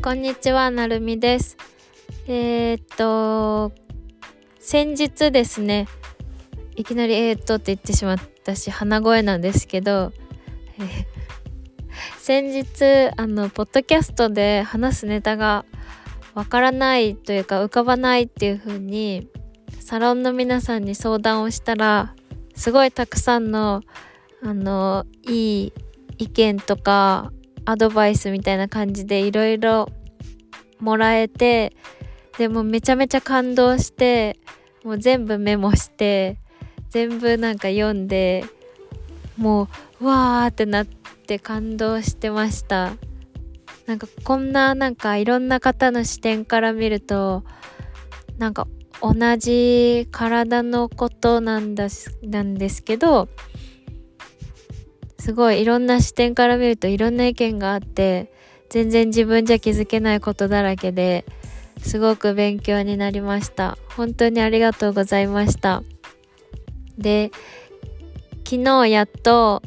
こんにちは、なるみです。先日ですね、いきなりって言ってしまったし鼻声なんですけど、先日ポッドキャストで話すネタがわからないというか浮かばないっていう風にサロンの皆さんに相談をしたら、すごいたくさんのいい意見とかアドバイスみたいな感じでいろいろもらえて、でもめちゃめちゃ感動して、もう全部メモして全部読んで、もうわーってなって感動してました。こんないろんな方の視点から見ると同じ体のことなんですけど、すごいいろんな視点から見るといろんな意見があって、全然自分じゃ気づけないことだらけで、すごく勉強になりました。本当にありがとうございました。で、昨日やっと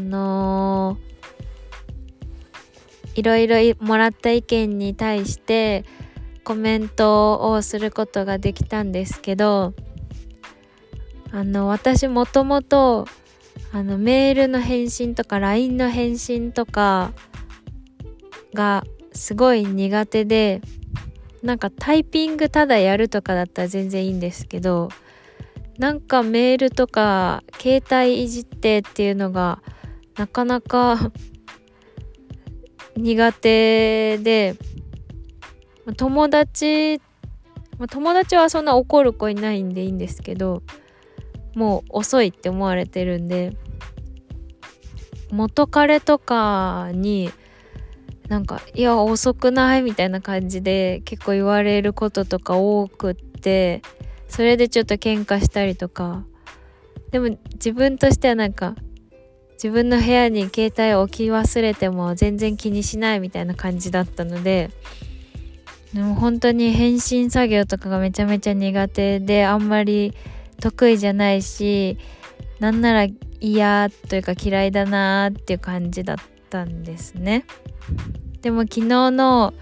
いろいろもらった意見に対してコメントをすることができたんですけど、私もともとメールの返信とか LINE の返信とかがすごい苦手で、タイピングただやるとかだったら全然いいんですけど、メールとか携帯いじってっていうのがなかなか苦手で、友達はそんな怒る子いないんでいいんですけど、もう遅いって思われてるんで、元彼とかにいや遅くないみたいな感じで結構言われることとか多くって、それでちょっと喧嘩したりとか。でも自分としては自分の部屋に携帯を置き忘れても全然気にしないみたいな感じだったので、でも本当に返信作業とかがめちゃめちゃ苦手で、あんまり得意じゃないし、なんなら嫌というか嫌いだなっていう感じだったんですね。でも昨日の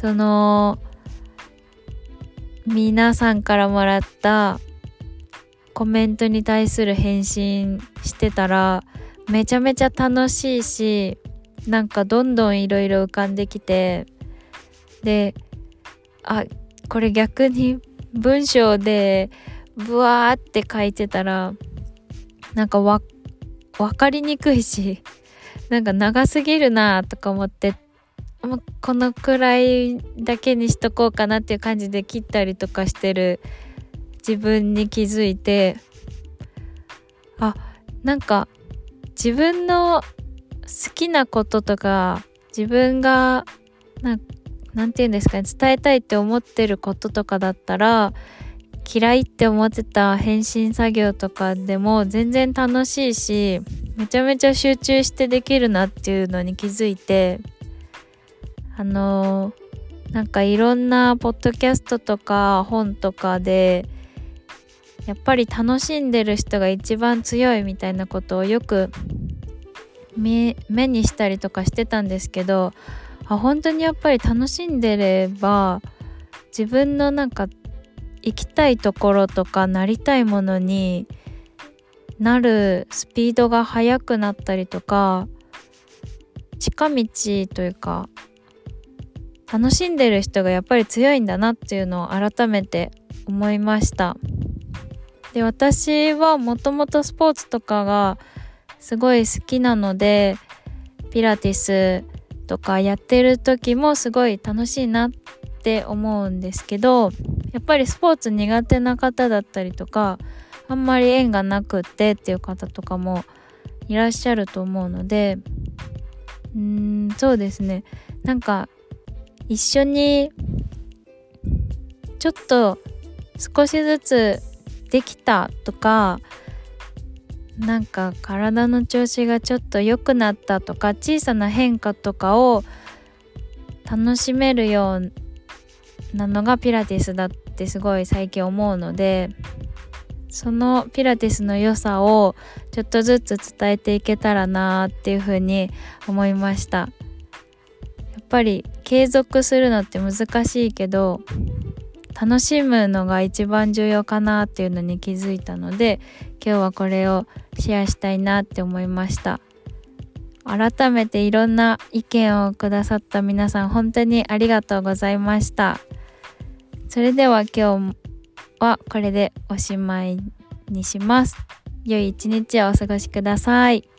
皆さんからもらったコメントに対する返信してたら、めちゃめちゃ楽しいし、どんどんいろいろ浮かんできて、で、これ逆に文章でブワーって書いてたらわかりにくいし、長すぎるなとか思って、このくらいだけにしとこうかなっていう感じで切ったりとかしてる自分に気づいて、自分の好きなこととか、自分がなんていうんですかね、伝えたいって思ってることとかだったら、嫌いって思ってた返信作業とかでも全然楽しいし、めちゃめちゃ集中してできるなっていうのに気づいて、いろんなポッドキャストとか本とかでやっぱり楽しんでる人が一番強いみたいなことをよく目にしたりとかしてたんですけど、本当にやっぱり楽しんでれば自分の行きたいところとかなりたいものになるスピードが速くなったりとか、近道というか楽しんでる人がやっぱり強いんだなっていうのを改めて思いました。で、私はもともとスポーツとかがすごい好きなので、ピラティスとかやってる時もすごい楽しいなって思うんですけど、やっぱりスポーツ苦手な方だったりとか、あんまり縁がなくってっていう方とかもいらっしゃると思うので、そうですね、一緒にちょっと少しずつできたとか、体の調子がちょっと良くなったとか、小さな変化とかを楽しめるようなのがピラティスだってすごい最近思うので、そのピラティスの良さをちょっとずつ伝えていけたらなっていうふうに思いました。やっぱり継続するのって難しいけど、楽しむのが一番重要かなっていうのに気づいたので、今日はこれをシェアしたいなって思いました。改めていろんな意見をくださった皆さん、本当にありがとうございました。それでは今日はこれでおしまいにします。良い一日をお過ごしください。